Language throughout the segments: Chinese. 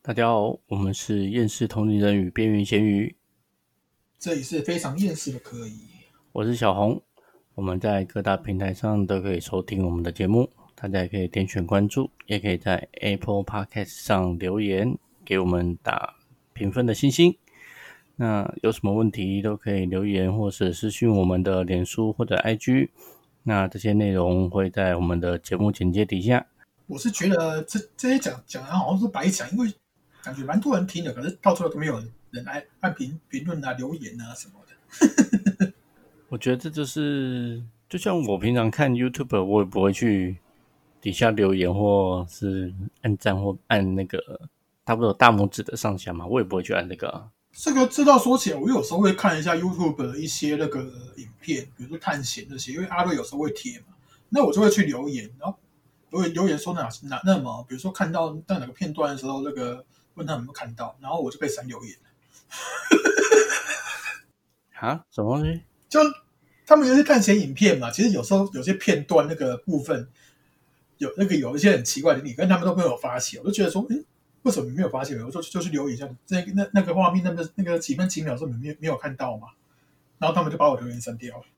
大家好，我们是厌世同龄人与边缘咸鱼， 这里是非常厌世的可以。 我是小红。我们在各大平台上都可以收听我们的节目，大家也可以点选关注，也可以在 Apple Podcast 上留言给我们打评分的星星。那有什么问题都可以留言或是私讯我们的脸书或者 IG， 那这些内容会在我们的节目简介底下。 我是觉得这些讲好像是白讲，因为感觉蛮多人听的，可是到最后都没有人来按评论啊、留言啊什么的。 我觉得这就是就像我平常看 YouTube， 我也不会去底下留言或是按赞或按那个他不是有大拇指的上下嘛，我也不会去按那个啊。 这道说起来，我有时候会看一下 YouTube 的一些那个影片，比如说探险那些，因为阿瑞有时候会贴嘛，那我就会去留言，然后留言说那么，比如说看到哪个片段的时候，那个问他有没有看到，然后我就被删留言了。 啊，什么东西？ 就他们有些探险影片嘛，其实有时候有些片段那个部分有一些很奇怪的地方，他们都没有发现，我就觉得说，为什么你没有发现？我就去留言一下，那个画面那个几分几秒钟你没有看到嘛？然后他们就把我留言删掉了。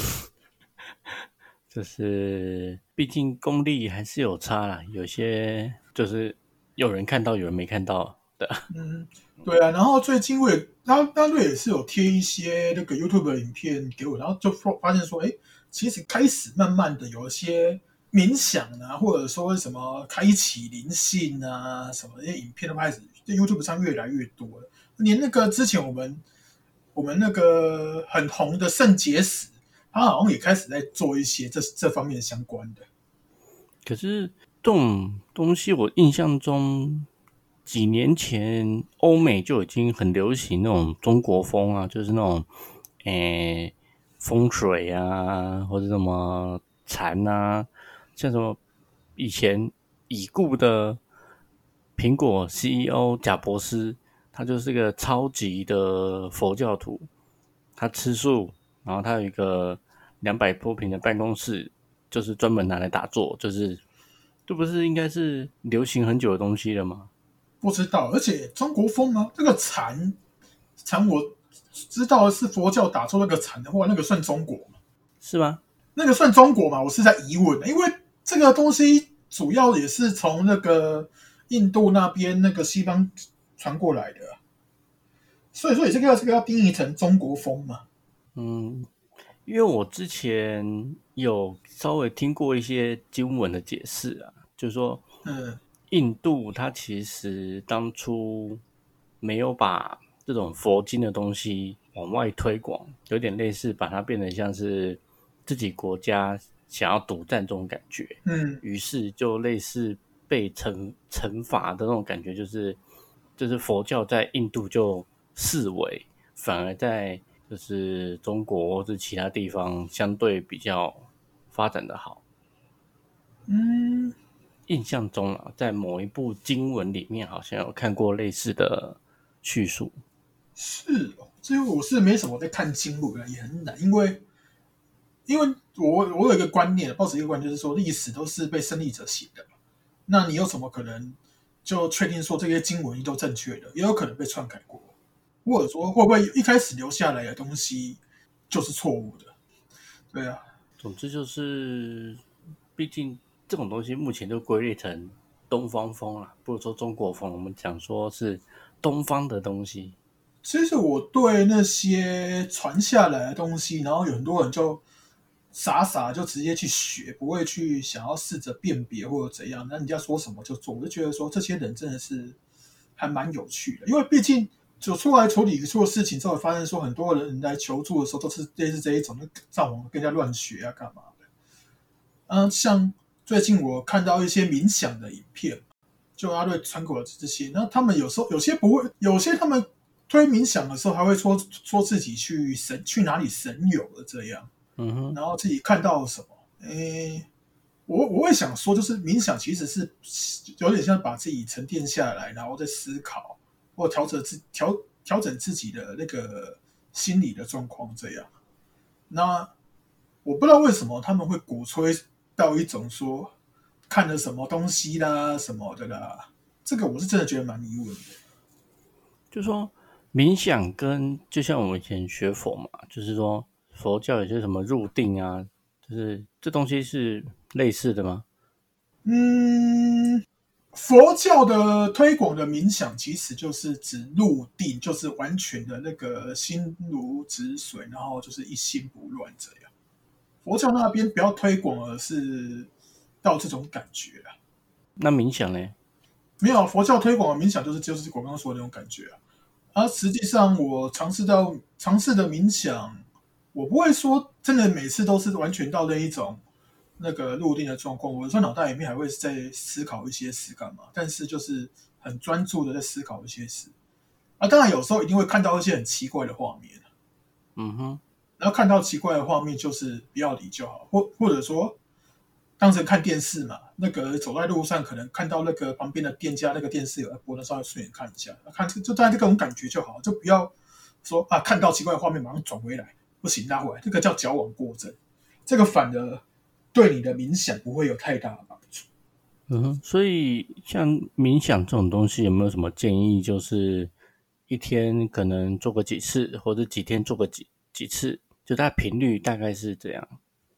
就是毕竟功力还是有差啦，有些就是有人看到，有人没看到的。 嗯，对啊。然后最近他瑞也是有贴一些那个 YouTube 的影片给我，然后就发现说，其实开始慢慢的有一些冥想啊，或者说什么开启灵性啊，什么那些影片都开始在 YouTube 上越来越多了。连那个之前我们那个很红的肾结石，他好像也开始在做一些这方面相关的。 可是这种东西，我印象中几年前欧美就已经很流行那种中国风啊，就是那种风水啊，或者什么禅啊，像什么以前已故的苹果 CEO 贾伯斯，他就是个超级的佛教徒，他吃素，然后他有一个200多平的办公室，就是专门拿来打坐，就是这不是应该是流行很久的东西了吗？ 不知道，而且中国风啊，这个禅我知道的是佛教打出那个禅的话，那个算中国吗？ 是吗？ 那个算中国吗？我是在疑问，因为这个东西主要也是从那个印度那边那个西方传过来的，所以说这个要定义成中国风嘛。 嗯，因为我之前有稍微听过一些经文的解释啊，就是说嗯印度它其实当初没有把这种佛经的东西往外推广，有点类似把它变得像是自己国家想要独占这种感觉， 嗯于是就类似被惩罚的那种感觉，就是佛教在印度就式微，反而在就是中国或是其他地方相对比较发展的好。 嗯， 印象中啊，在某一部经文里面好像有看过类似的叙述。 是哦，这我是没什么在看经文啊，也很难，因为我有一个观念，抱持一个观念，就是说历史都是被胜利者写的嘛。那你有什么可能就确定说这些经文都正确的？也有可能被篡改过，或者说会不会一开始留下来的东西就是错误的？对啊。 总之就是，毕竟这种东西目前就归类成东方风啦，不如说中国风。我们讲说是东方的东西。 其实我对那些传下来的东西，然后有很多人就傻傻就直接去学，不会去想要试着辨别或者怎样。那人家说什么就做，我就觉得说这些人真的是还蛮有趣的，因为毕竟就出来处理错事情之后，发现说很多人来求助的时候都是类似这一种，上网跟人家乱学啊，干嘛的？像最近我看到一些冥想的影片，就阿瑞传给我这些，那他们有时候有些不会，有些他们推冥想的时候还会说自己去哪里神游了这样， 嗯哼， 然后自己看到什么，我会想说，就是冥想其实是有点像把自己沉淀下来，然后再思考或调整自己的那个心理的状况这样。那我不知道为什么他们会鼓吹到一种说看了什么东西啦什么的啦， 这个我是真的觉得蛮疑问的。 就说冥想跟就像我们以前学佛嘛，就是说佛教有些什么入定啊，就是这东西是类似的吗？ 嗯，佛教的推广的冥想其实就是指入定，就是完全的那个心如止水，然后就是一心不乱这样。佛教那边比较推广的是到这种感觉啦。 那冥想呢？ 没有佛教推广的冥想就是我刚刚说的那种感觉啊。而实际上我尝试的冥想，我不会说真的每次都是完全到那一种那个入定的状况。我有时候脑袋里面还会在思考一些事干嘛，但是就是很专注的在思考一些事。啊，当然有时候一定会看到一些很奇怪的画面， 嗯哼， 然后看到奇怪的画面就是不要理就好，或者说当成看电视嘛，那个走在路上可能看到那个旁边的店家那个电视有在播的，稍微顺眼看一下，看就大概这种感觉就好，就不要说啊看到奇怪的画面马上转回来，不行拉回来，这个叫矫枉过正，这个反而对你的冥想不会有太大的帮助。 嗯哼，所以像冥想这种东西，有没有什么建议？就是一天可能做个几次，或者几天做个几次，就它频率大概是这样。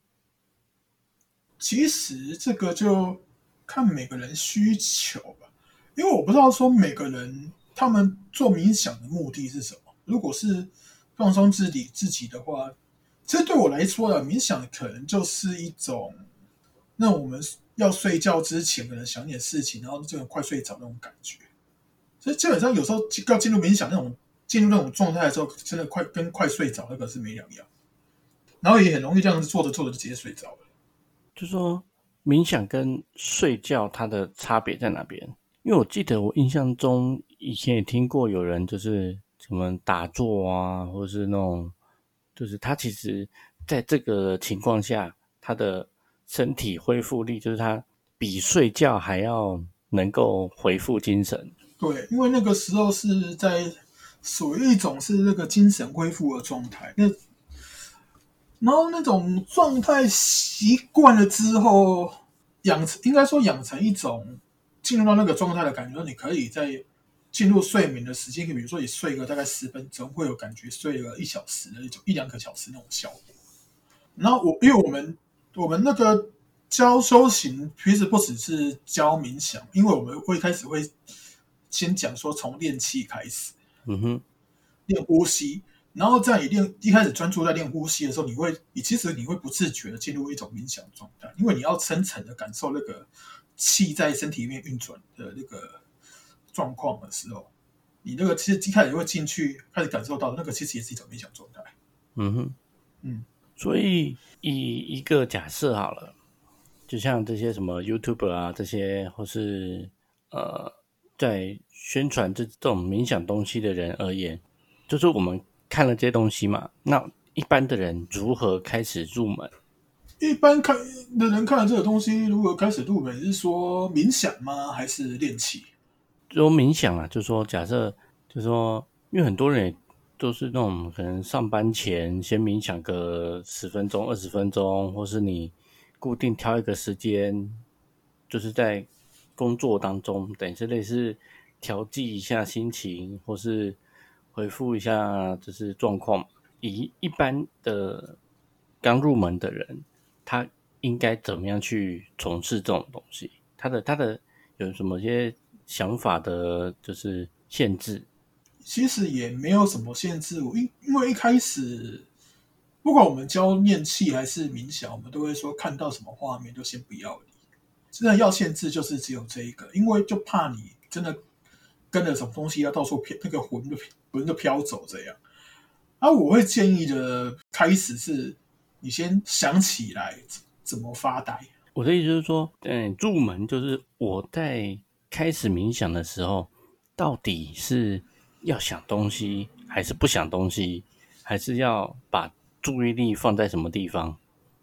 其实这个就看每个人需求吧，因为我不知道说每个人他们做冥想的目的是什么。如果是放松自己的话，其实对我来说的冥想可能就是一种，那我们要睡觉之前可能想点事情，然后这种快睡着那种感觉。所以基本上有时候要进入冥想那种进入那种状态的时候，真的快睡着那个是没两样，然后也很容易这样子做着做着就直接睡着了。 就说冥想跟睡觉它的差别在哪边？因为我记得我印象中以前也听过有人就是什么打坐啊，或者是那种，就是他其实在这个情况下，他的身体恢复力就是他比睡觉还要能够恢复精神。 对，因为那个时候是在属于一种是那个精神恢复的状态，然后那种状态习惯了之后，应该说养成一种进入到那个状态的感觉，你可以在进入睡眠的时间，比如说你睡个大概10分钟，会有感觉睡了1小时的那种1-2个小时那种效果。然后因为我们那个教修行，其实不只是教冥想，因为我们会开始会先讲说从练气开始， 嗯哼， 练呼吸，然后在你一开始专注在练呼吸的时候，其实你会不自觉的进入一种冥想状态，因为你要深层的感受那个气在身体里面运转的那个状况的时候，你那个其实一开始会进去，开始感受到那个其实也是一种冥想状态。 嗯哼， 嗯， 所以以一个假设好了，就像这些什么 YouTuber 啊，这些或是呃，在宣传这种冥想东西的人而言，就是我们看了这些东西嘛，那一般的人如何开始入门？ 一般看的人看了这个东西，如果开始入门，是说冥想吗？还是练气？ 就冥想啊，就说假设，就说，因为很多人也都是那种可能上班前先冥想个10分钟、20分钟，或是你固定挑一个时间，就是在工作当中，等于是类似调剂一下心情，或是回复一下就是状况。以一般的刚入门的人，他应该怎么样去从事这种东西？他的有什么些想法的，就是限制？ 其实也没有什么限制，因为一开始不管我们教念气还是冥想，我们都会说看到什么画面就先不要理。真的要限制就是只有这一个，因为就怕你真的跟着什么东西要到处飘，那个魂就飘走这样。啊，我会建议的开始是，你先想起来怎么发呆。 我的意思就是说，入门就是我在开始冥想的时候，到底是要想东西，还是不想东西，还是要把注意力放在什么地方？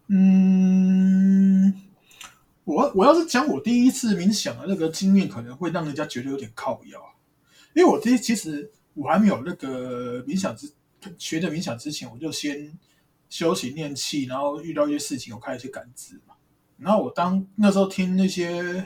嗯，我要是讲我第一次冥想的那个经验，可能会让人家觉得有点靠腰，因为其实我还没有那个学的冥想之前，我就先修行练气，然后遇到一些事情，我开始去感知嘛。然后那时候听那些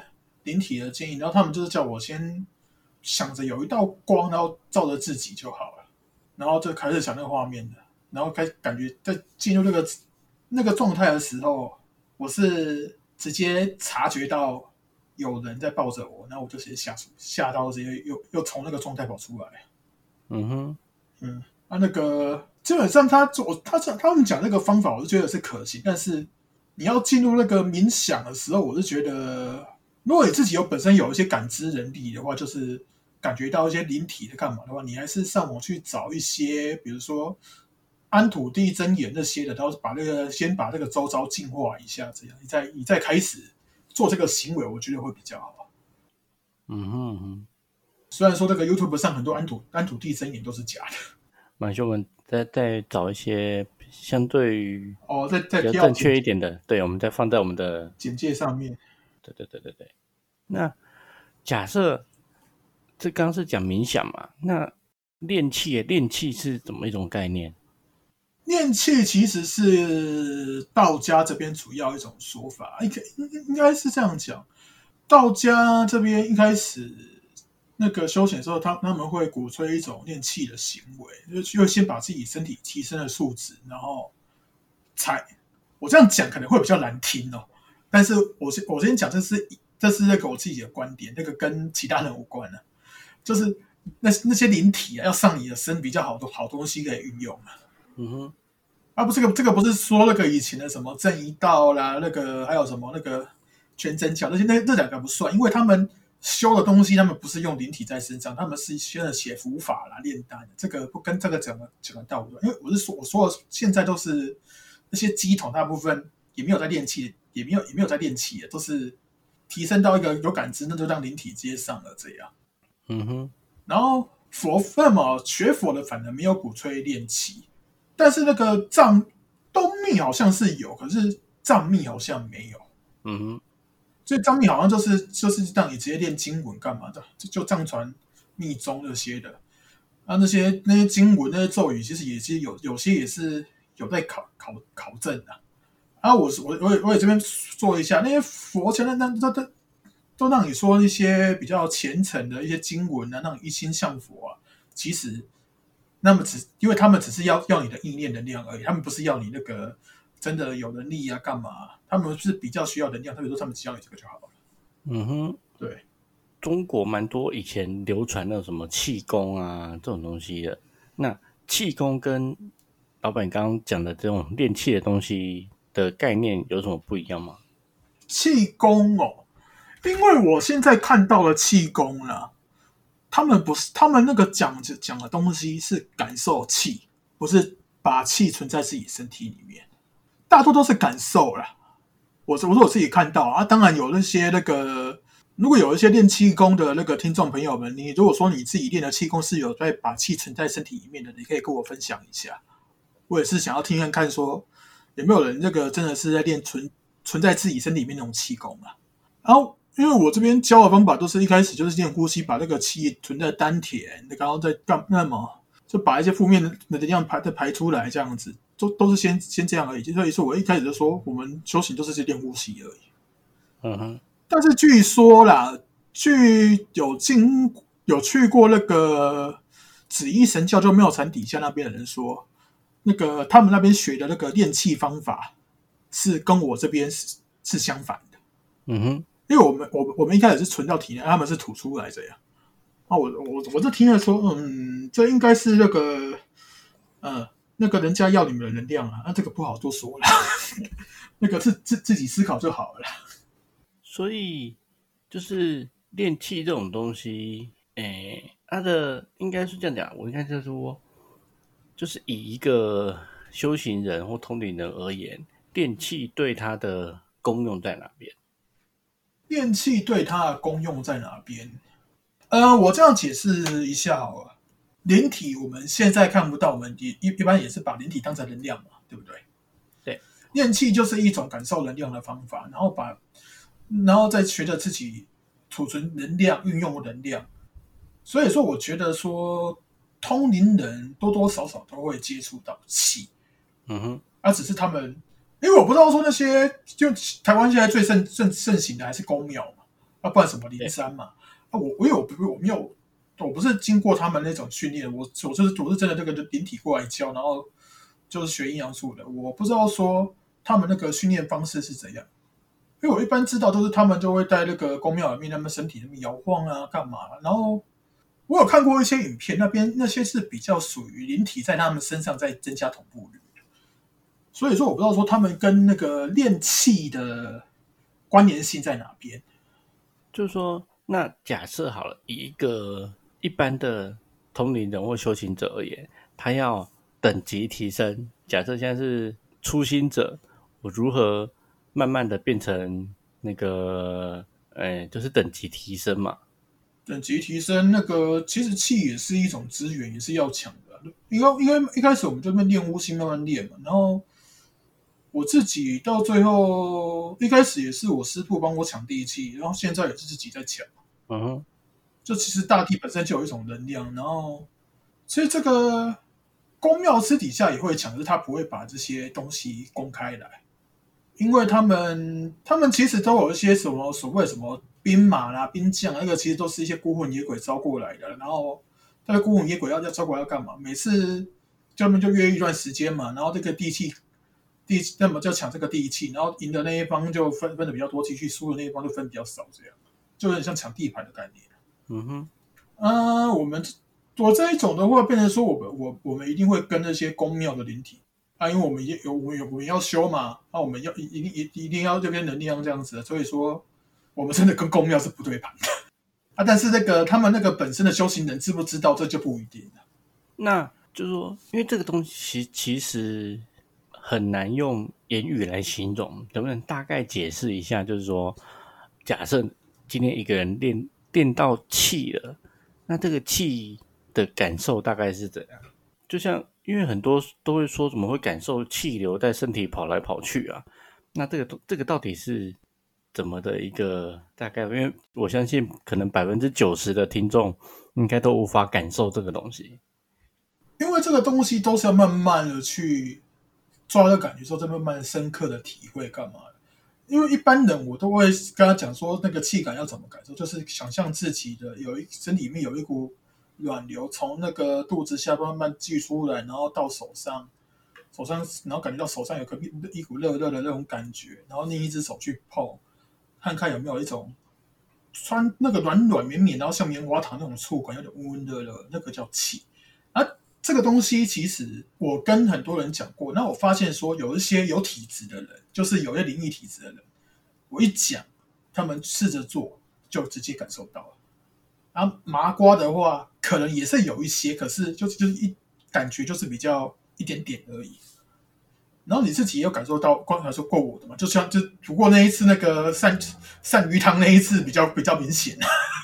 灵体的建议，然后他们就是叫我先想着有一道光，然后照着自己就好了，然后就开始想那个画面的，然后感觉在进入那个状态的时候，我是直接察觉到有人在抱着我，然后我就直接吓到，直接又从那个状态跑出来。 嗯哼， 那个基本上他们讲那个方法，我是觉得是可行，但是你要进入那个冥想的时候，我是觉得，如果你自己本身有一些感知能力的话，就是感觉到一些灵体的干嘛的话，你还是上网去找一些，比如说安土地真言那些的，然后先把这个周遭净化一下，这样你再开始做这个行为，我觉得会比较好。 嗯哼， 虽然说这个 YouTube 上很多安土地真言都是假的。 马修，我们再找一些相对于再比较正确一点的，对，我们再放在我们的简介上面。 对。那假设这刚刚是讲冥想嘛，那练气是怎么一种概念？ 练气其实是道家这边主要一种说法，应该是这样讲。道家这边一开始那个修行的时候，他们会鼓吹一种练气的行为，就先把自己身体提升的素质，然后我这样讲可能会比较难听哦，但是我先讲，这是那个我自己的观点，那个跟其他人无关的，就是那些灵体要上你的身比较好东西可以运用不，这个不是说那个以前的什么正一道啦，那个还有什么那个全真教，那两个不算，因为他们修的东西，他们不是用灵体在身上，他们是先的写符法啦、炼丹的，这个不跟这个整个道理，因为我说的现在都是那些乩童，大部分也没有在练气，也没有在练气的，都是提升到一个有感知，那就让灵体接上了这样。然后学佛的反而没有鼓吹练气，但是那个东密好像是有，可是藏密好像没有。所以藏密好像就是让你直接练经文干嘛的，就藏传密宗那些的。那些经文那些咒语，其实有些也是有在考证的。我也这边做一下，那些佛前都让你说一些比较虔诚的一些经文啊，让你一心向佛啊。其实，因为他们只是要你的意念能量而已，他们不是要你那个真的有能力啊，干嘛他们是比较需要能量，特别说他们只要你这个就好了。对， 中国蛮多以前流传那种什么气功啊这种东西的。那气功跟老板刚刚讲的这种练气的东西的概念有什么不一样吗？ 气功因为我现在看到了气功啦，他们那个讲的东西是感受气，不是把气存在自己身体里面，大多都是感受啦。我说我自己看到啊，当然有那些如果有一些练气功的那个听众朋友们，你如果说你自己练的气功是有在把气存在身体里面的，你可以跟我分享一下。我也是想要听看说有没有人这个真的是在练存在自己身体里面那种气功啊。然后因为我这边教的方法都是一开始就是练呼吸，把那个气存在丹田，然后再那么就把一些负面的能量排出来，这样子都是先这样而已。所以说我一开始就说我们修行都是练呼吸而已。但是据说啦，有去过那个紫衣神教就庙禅底下那边的人说，那个他们那边学的那个练气方法是跟我这边是相反的。因为我们一开始是存到体内，他们是吐出来这样。我就听了说，这应该是那个人家要你们的能量啊，这个不好多说了，那个是自己思考就好了啦。 所以就是练气这种东西，它的应该是这样讲，我应该就是说，就是以一个修行人或通灵人而言，练气对他的功用在哪边？ 练气对它的功用在哪边？我这样解释一下好了。灵体我们现在看不到，我们一般也是把灵体当成能量嘛，对不对？ 对， 练气就是一种感受能量的方法，然后再学着自己储存能量、运用能量。所以说，我觉得说通灵人多多少少都会接触到气，只是他们，因为我不知道说那些就台湾现在最盛行的还是宫庙嘛， 不然什么灵山嘛，我不是经过他们那种训练，我是真的这个灵体过来教，然后就是学阴阳术的，我不知道说他们那个训练方式是怎样。因为我一般知道都是他们就会在那个宫庙里面，他们身体那边摇晃啊，干嘛？然后我有看过一些影片，那些是比较属于灵体在他们身上在增加同步率，所以说我不知道说他们跟那个练气的关联性在哪边。 就是说，那假设好了，以一个一般的通灵人或修行者而言，他要等级提升。假设现在是初心者，我如何慢慢的变成那个，就是等级提升嘛？ 等级提升，那个其实气也是一种资源，也是要抢的啊。因为一开始我们就练巫心，慢慢练嘛。然后我自己到最后一开始也是我师父帮我抢地气，然后现在也是自己在抢。 嗯哼， 就其实大地本身就有一种能量，然后所以这个宫庙私底下也会抢，可是他不会把这些东西公开来。因为他们其实都有一些什么所谓什么兵马啦、兵将啊，那个其实都是一些孤魂野鬼招过来的。然后那个孤魂野鬼要招过来要干嘛？每次他们就约一段时间嘛，然后这个那么就抢这个地气，然后赢的那一方就分的比较多积蓄，输的那一方就分比较少，这样就有点像抢地盘的概念。 嗯哼， 我这一种的话，变成说我们一定会跟那些宫庙的灵体。因为我们要修嘛，我们一定要这边能量这样子的，所以说我们真的跟宫庙是不对盘的但是那个他们那个本身的修行人知不知道，这就不一定了。 那就是说，因为这个东西其实很难用言语来形容，能不能大概解释一下？就是说，假设今天一个人练到气了，那这个气的感受大概是怎样？就像因为很多都会说怎么会感受气流在身体跑来跑去啊？那这个到底是怎么的一个大概？因为我相信可能90%的听众应该都无法感受这个东西。 因为这个东西都是要慢慢的去抓到感觉之后，再慢慢深刻的体会干嘛的。因为一般人我都会跟他讲说，那个气感要怎么感受，就是想象自己的身体里面有一股暖流从那个肚子下慢慢挤出来，然后到手上，然后感觉到手上有一股热热的那种感觉，然后另一只手去碰，看看有没有一种穿那个软软绵绵，然后像棉花糖那种触感，有点温温热热，那个叫气。这个东西其实我跟很多人讲过，那我发现说有一些有体质的人，就是有些灵异体质的人，我一讲，他们试着做就直接感受到了。然后麻瓜的话，可能也是有一些，可是就是感觉就是比较一点点而已。然后你自己也有感受到，刚才说过我的嘛，就不过那一次那个鳝鱼汤那一次比较明显。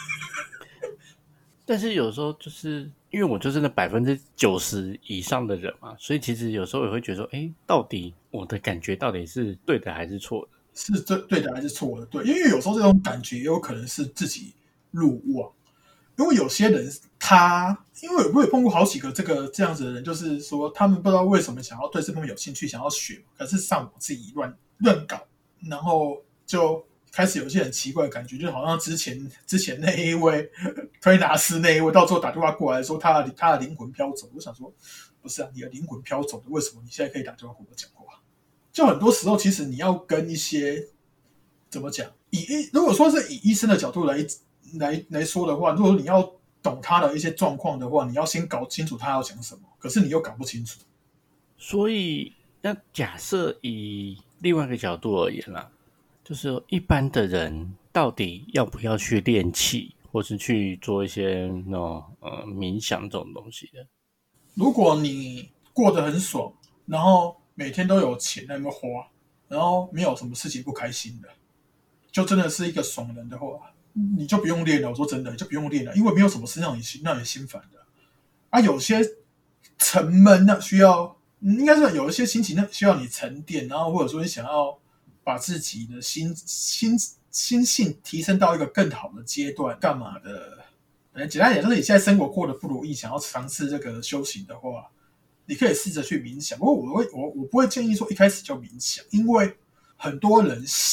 但是有时候就是因为我就是那90%以上的人嘛，所以其实有时候也会觉得说，到底我的感觉到底是对的还是错的？ 是对的还是错的？对，因为有时候这种感觉也有可能是自己入妄。因为有些人因为我也碰过好几个这样子的人，就是说他们不知道为什么想要对这方面有兴趣，想要学，可是上网自己乱搞，然后就开始有一些很奇怪的感觉，就好像之前那一位推拿师那一位，到最后打电话过来说他的灵魂飘走。我想说，不是啊，你的灵魂飘走的，为什么你现在可以打电话跟我讲话？就很多时候，其实你要跟一些怎么讲，如果说是以医生的角度来说的话，如果你要懂他的一些状况的话，你要先搞清楚他要讲什么，可是你又搞不清楚。 所以那假设以另外一个角度而言啦，就是一般的人到底要不要去练气，或是去做一些那种冥想这种东西的？ 如果你过得很爽，然后每天都有钱在那边花，然后没有什么事情不开心的，就真的是一个爽人的话，你就不用练了。我说真的，你就不用练了，因为没有什么事让你心烦的。有些沉闷需要，应该是有一些心情需要你沉淀，然后或者说你想要把自己的心性提升到一个更好的阶段，干嘛的？简单点，就是你现在生活过得不如意，想要尝试这个修行的话，你可以试着去冥想。不过我不会建议说一开始就冥想，因为很多人心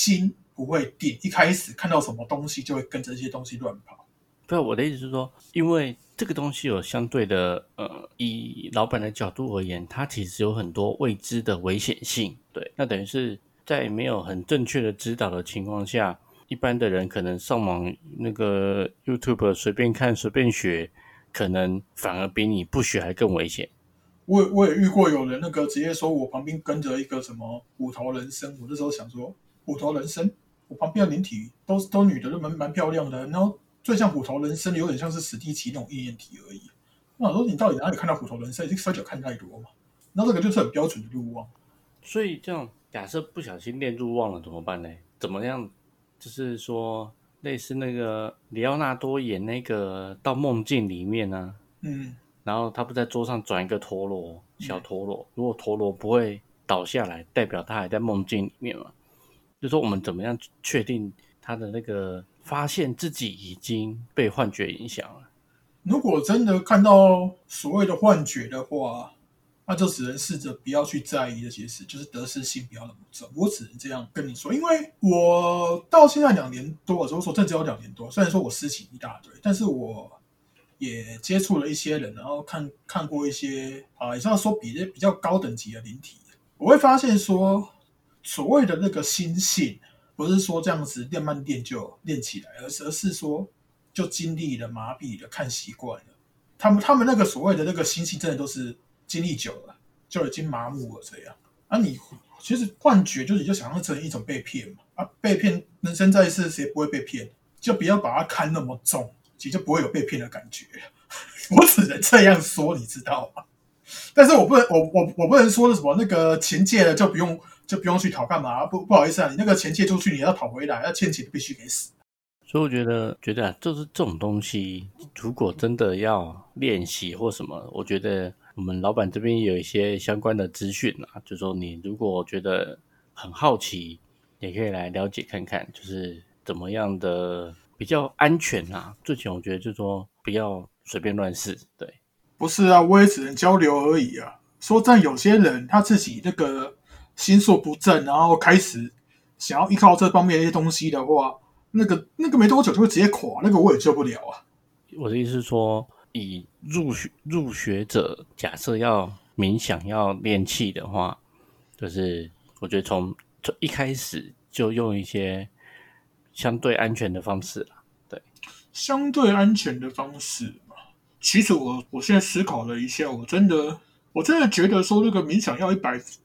不会定，一开始看到什么东西就会跟着这些东西乱跑。 不是，我的意思是说，因为这个东西有相对的，以老板的角度而言，它其实有很多未知的危险性。对，那等于是在没有很正确的指导的情况下，一般的人可能上网那个 YouTube 随便看随便学，可能反而比你不学还更危险。 我也遇过有人那个直接说我旁边跟着一个什么虎头人参，我那时候想说虎头人参，我旁边的灵体都女的，都蛮漂亮的，然后最像虎头人参有点像是史蒂奇那种意念体而已。那我说你到底哪里看到虎头人参？已经三角看太多嘛？那这个就是很标准的入望。 所以这样，假设不小心恋入忘了怎么办呢？怎么样？就是说，类似那个里奥纳多演那个到梦境里面呢、 嗯， 然后他不在桌上转一个陀螺，小陀螺，如果陀螺不会倒下来，代表他还在梦境里面嘛？就说我们怎么样确定他的那个发现自己已经被幻觉影响了？ 如果真的看到所谓的幻觉的话，那就只能试着不要去在意这些事，就是得失心不要那么重。我只能这样跟你说，因为我到现在2年多，我说真只有2年多，虽然说我事情一大堆，但是我也接触了一些人，然后看过一些也是要说比较高等级的灵体，我会发现说，所谓的那个心性，不是说这样子慢练就练起来，而是说就经历了麻痹了，看习惯了。他们那个所谓的那个心性，真的都是经历久了就已经麻木了这样。啊你，其实幻觉就是你就想象成一种被骗嘛。被骗，人生在世谁不会被骗？就不要把它看那么重，其实就不会有被骗的感觉。我只能这样说，你知道吗？但是我不能，我不能说什么那个钱借了就不用去讨干嘛？不好意思啊，你那个钱借出去，你要讨回来，要欠钱必须给死。 所以我觉得啊，就是这种东西，如果真的要练习或什么，我觉得我们老板这边也有一些相关的资讯啊，就说你如果觉得很好奇，也可以来了解看看，就是怎么样的比较安全啊。最起码我觉得就是说不要随便乱试，对。 不是啊，我也只能交流而已啊。说真的，有些人他自己那个心术不正，然后开始想要依靠这方面的一些东西的话，那个没多久就会直接垮，那个我也救不了啊。 我的意思是说，以入学者假设要冥想要练气的话，就是我觉得从一开始就用一些相对安全的方式啦。对， 相对安全的方式嘛，其实我现在思考了一下，我真的觉得说这个冥想要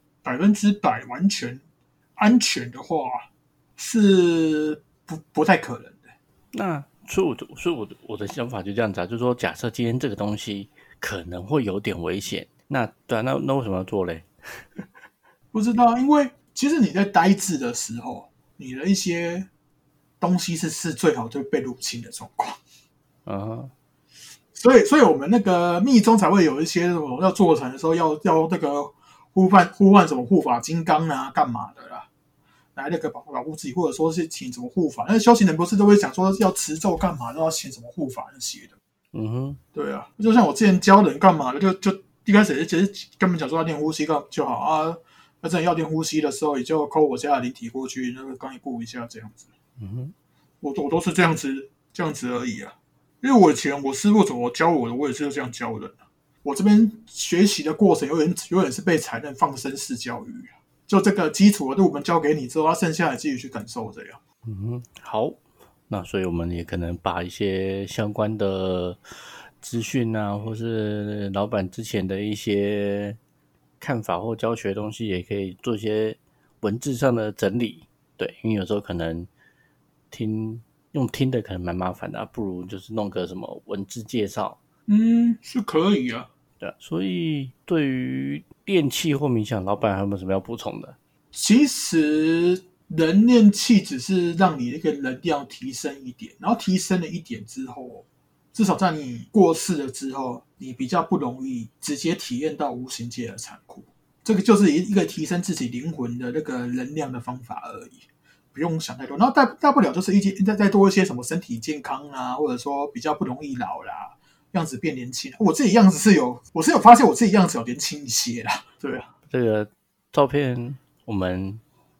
100%完全安全的话，是不太可能的。 那所以我的想法就这样子啊，就是说，假设今天这个东西可能会有点危险，那对啊，那为什么要做嘞？ 不知道，因为其实你在呆滞的时候，你的一些东西是最好就被入侵的状况。 啊， 所以我们那个密宗才会有一些什么要做成的时候要那个呼唤什么护法金刚啊，干嘛的啦，来那个保护自己，或者说是请什么护法。那修行人不是都会讲说要持咒干嘛，都要请什么护法那些的。 嗯哼， 对啊，就像我之前教人干嘛的，就一开始其实根本讲说要练呼吸就好啊。那真的要练呼吸的时候，也就扣我家的灵体过去，那个刚一顾一下这样子。 嗯哼， 我都是这样子而已啊。因为我以前我师傅怎么教我的，我也是这样教人的。我这边学习的过程有点是被采认放生式教育啊，就这个基础的入门教给你之后，剩下的自己去感受这样。 嗯哼，好。那所以我们也可能把一些相关的资讯啊，或是老板之前的一些看法或教学的东西，也可以做一些文字上的整理。对，因为有时候可能用听的可能蛮麻烦的啊，不如就是弄个什么文字介绍。 是可以啊。 对啊，所以对于练气或冥想，老板还有没有什么要补充的？ 其实人练气只是让你那个能量提升一点，然后提升了一点之后，至少在你过世了之后，你比较不容易直接体验到无形界的残酷。这个就是一个提升自己灵魂的那个能量的方法而已，不用想太多。然后大不了就是再多一些什么身体健康啊，或者说比较不容易老啦，样子变年轻。我自己样子我是有发现我自己样子有年轻一些啦，对啊。 这个照片我们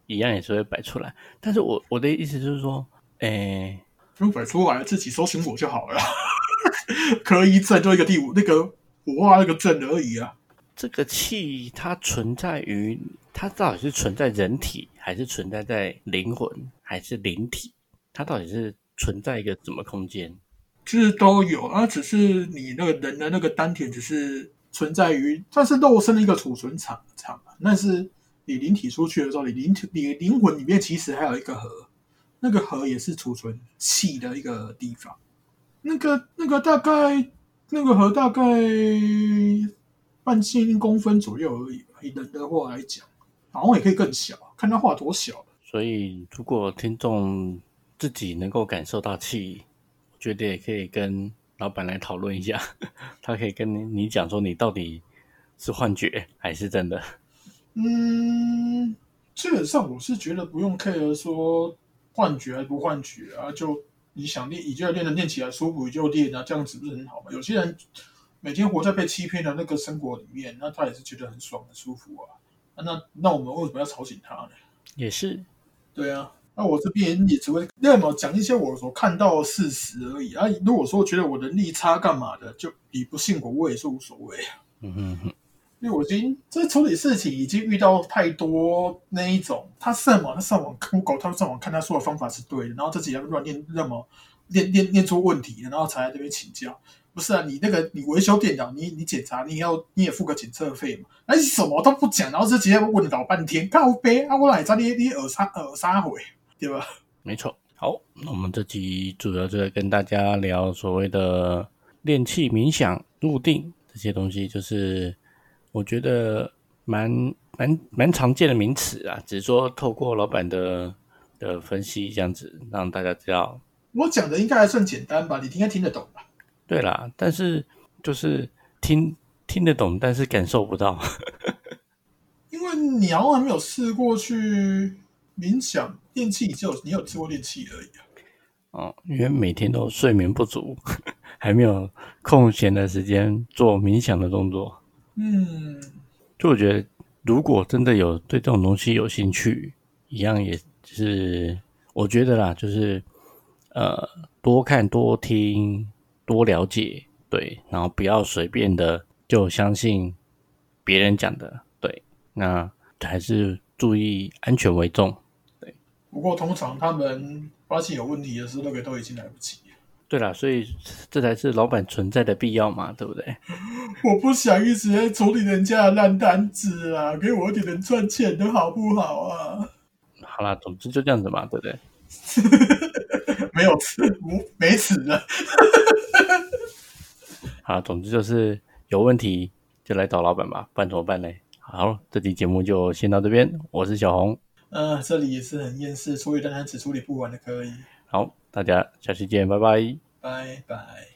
一样也是会摆出来。但是我的意思就是说， 不用摆出来，自己搜寻我就好了。可以证就一个第五那个我画那个证而已啊。 这个气它存在于它到底是存在人体，还是存在在灵魂，还是灵体？它到底是存在一个什么空间？ 其实都有，只是你那个人的那个丹田只是存在于，算是肉身的一个储存场但是你灵体出去的时候，你灵魂里面其实还有一个核，那个核也是储存气的一个地方。那个大概那个核大概半径1公分左右而已。以人的话来讲，好像也可以更小，看它画多小。 所以如果听众自己能够感受到气，我觉得也可以跟老板来讨论一下，他可以跟你讲说你到底是幻觉还是真的。 基本上我是觉得不用 care 说幻觉还不幻觉啊，就你想练，你觉得练起来舒服你就练啊，这样子不是很好吗？有些人每天活在被欺骗的那个生活里面，那他也是觉得很爽很舒服啊。那我们为什么要吵醒他呢？ 也是， 对啊，那我这边也只会那么讲一些我所看到的事实而已啊。如果说觉得我能力差干嘛的，就你不信我也是无所谓啊。因为我已经在处理事情已经遇到太多那一种，他上网 Google， 他上网看他说的方法是对的，然后自己要乱念出问题，然后才来这边请教。不是啊，你维修电脑，你检查，你也付个检测费嘛？那你什么都不讲，然后就直接问老半天，靠背啊！我哪知道你耳啥回，对吧？ 没错。好，那我们这集主要就是跟大家聊所谓的练气、冥想、入定这些东西，就是我觉得蛮常见的名词啊，只是说透过老板的分析，这样子让大家知道。 我讲的应该还算简单吧，你应该听得懂吧？ 对啦，但是就是听得懂，但是感受不到。 因为你好像还没有试过去冥想练气，你有试过练气而已啊。 因为每天都睡眠不足，还没有空闲的时间做冥想的动作。就我觉得，如果真的有对这种东西有兴趣，一样也是我觉得啦，就是多看多听多了解，对，然后不要随便的就相信别人讲的，对，那还是注意安全为重，对。 不过通常他们发现有问题的时候，那个都已经来不及了。 对啦，所以这才是老板存在的必要嘛，对不对？ 我不想一直在处理人家的烂单子啊，给我一点赚钱的好不好啊？ 好啦，总之就这样子嘛，对不对？ 没有词，没词了。 好，总之就是有问题就来找老板吧，不然怎么办呢？好，这期节目就先到这边，我是小红。 这里也是很厌世，处理烂单子处理不完的可以。 好，大家下期见，拜拜。 拜拜。